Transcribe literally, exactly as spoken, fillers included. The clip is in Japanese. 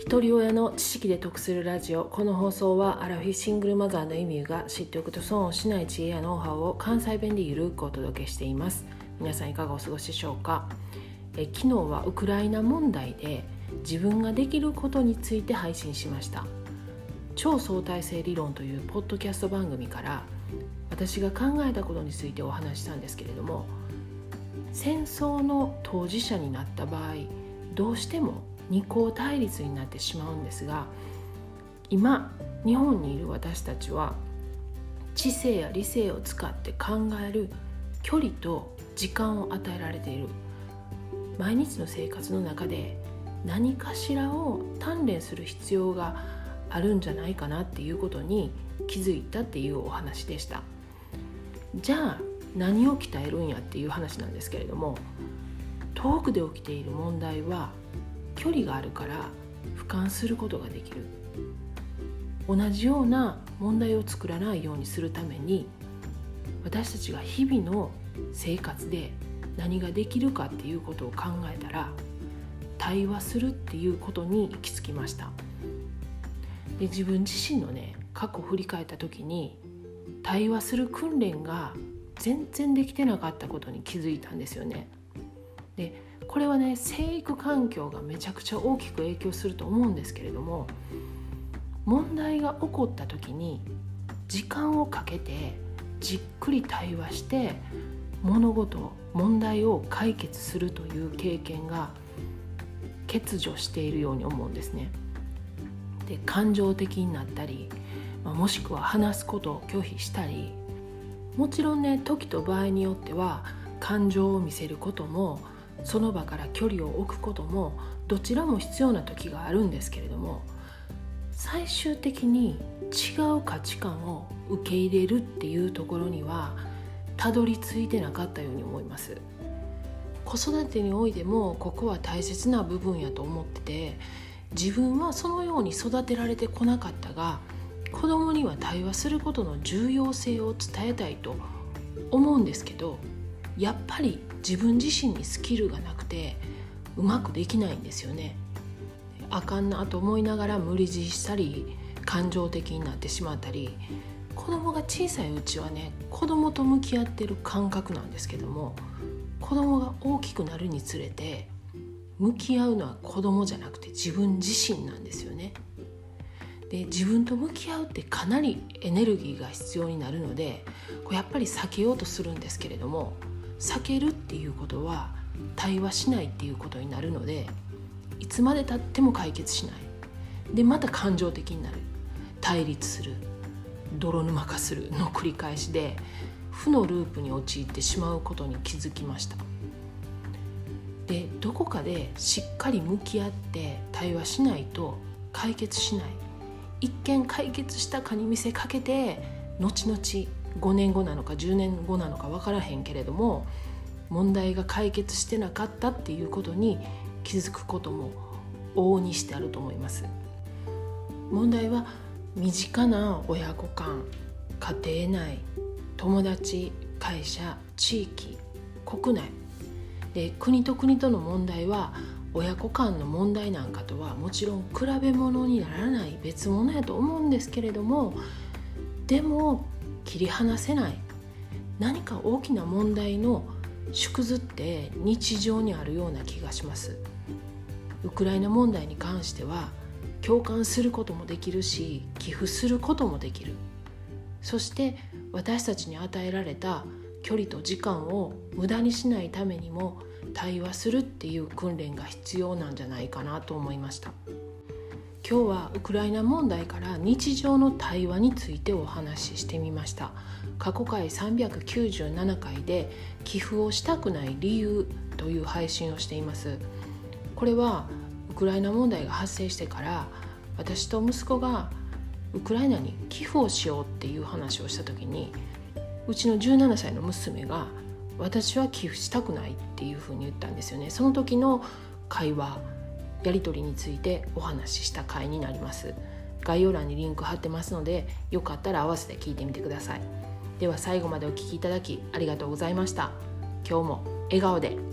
一人親の知識で得するラジオ。この放送はアラフィシングルマザーのエミューが知っておくと損をしない知恵やノウハウを関西弁でゆるくお届けしています。皆さんいかがお過ごしでしょうか。え昨日はウクライナ問題で自分ができることについて配信しました。超相対性理論というポッドキャスト番組から私が考えたことについてお話したんですけれども、戦争の当事者になった場合どうしても二項対立になってしまうんですが、今日本にいる私たちは知性や理性を使って考える距離と時間を与えられている。毎日の生活の中で何かしらを鍛錬する必要があるんじゃないかなっていうことに気づいたっていうお話でした。じゃあ何を鍛えるんやっていう話なんですけれども、遠くで起きている問題は距離があるから俯瞰することができる。同じような問題を作らないようにするために、私たちが日々の生活で何ができるかっていうことを考えたら、対話するっていうことに行き着きました。で自分自身のね過去を振り返った時に、対話する訓練が全然できてなかったことに気づいたんですよね。でこれはね、生育環境がめちゃくちゃ大きく影響すると思うんですけれども、問題が起こった時に時間をかけてじっくり対話して物事問題を解決するという経験が欠如しているように思うんですね。で感情的になったり、まあ、もしくは話すことを拒否したり、もちろんね時と場合によっては感情を見せることもその場から距離を置くこともどちらも必要な時があるんですけれども、最終的に違う価値観を受け入れるっていうところにはたどり着いてなかったように思います。子育てにおいてもここは大切な部分やと思ってて、自分はそのように育てられてこなかったが、子供には対話することの重要性を伝えたいと思うんですけど、やっぱり自分自身にスキルがなくてうまくできないんですよね。あかんなと思いながら無理強いしたり、感情的になってしまったり、子供が小さいうちはね子供と向き合ってる感覚なんですけども、子供が大きくなるにつれて向き合うのは子供じゃなくて自分自身なんですよね。で自分と向き合うってかなりエネルギーが必要になるので、これやっぱり避けようとするんですけれども、避けるっていうことは対話しないっていうことになるので、いつまで経っても解決しない。でまた感情的になる、対立する、泥沼化するの繰り返しで負のループに陥ってしまうことに気づきました。でどこかでしっかり向き合って対話しないと解決しない。一見解決したかに見せかけて、後々ごねんごなのかじゅうねんごなのか分からへんけれども、問題が解決してなかったっていうことに気づくことも往々にしてあると思います。問題は身近な親子間、家庭内、友達、会社、地域、国内で、国と国との問題は親子間の問題なんかとはもちろん比べ物にならない別物やと思うんですけれども、でも切り離せない何か大きな問題の縮図って日常にあるような気がします。ウクライナ問題に関しては共感することもできるし、寄付することもできる。そして私たちに与えられた距離と時間を無駄にしないためにも対話するっていう訓練が必要なんじゃないかなと思いました。今日はウクライナ問題から日常の対話についてお話ししてみました。過去回さんびゃくきゅうじゅうななかいで寄付をしたくない理由という配信をしています。これはウクライナ問題が発生してから私と息子がウクライナに寄付をしようっていう話をした時に、うちのじゅうななさいの娘が私は寄付したくないっていうふうに言ったんですよね。その時の会話やり取りについてお話しした回になります。概要欄にリンク貼ってますので、よかったら合わせて聞いてみてください。では最後までお聞きいただきありがとうございました。今日も笑顔で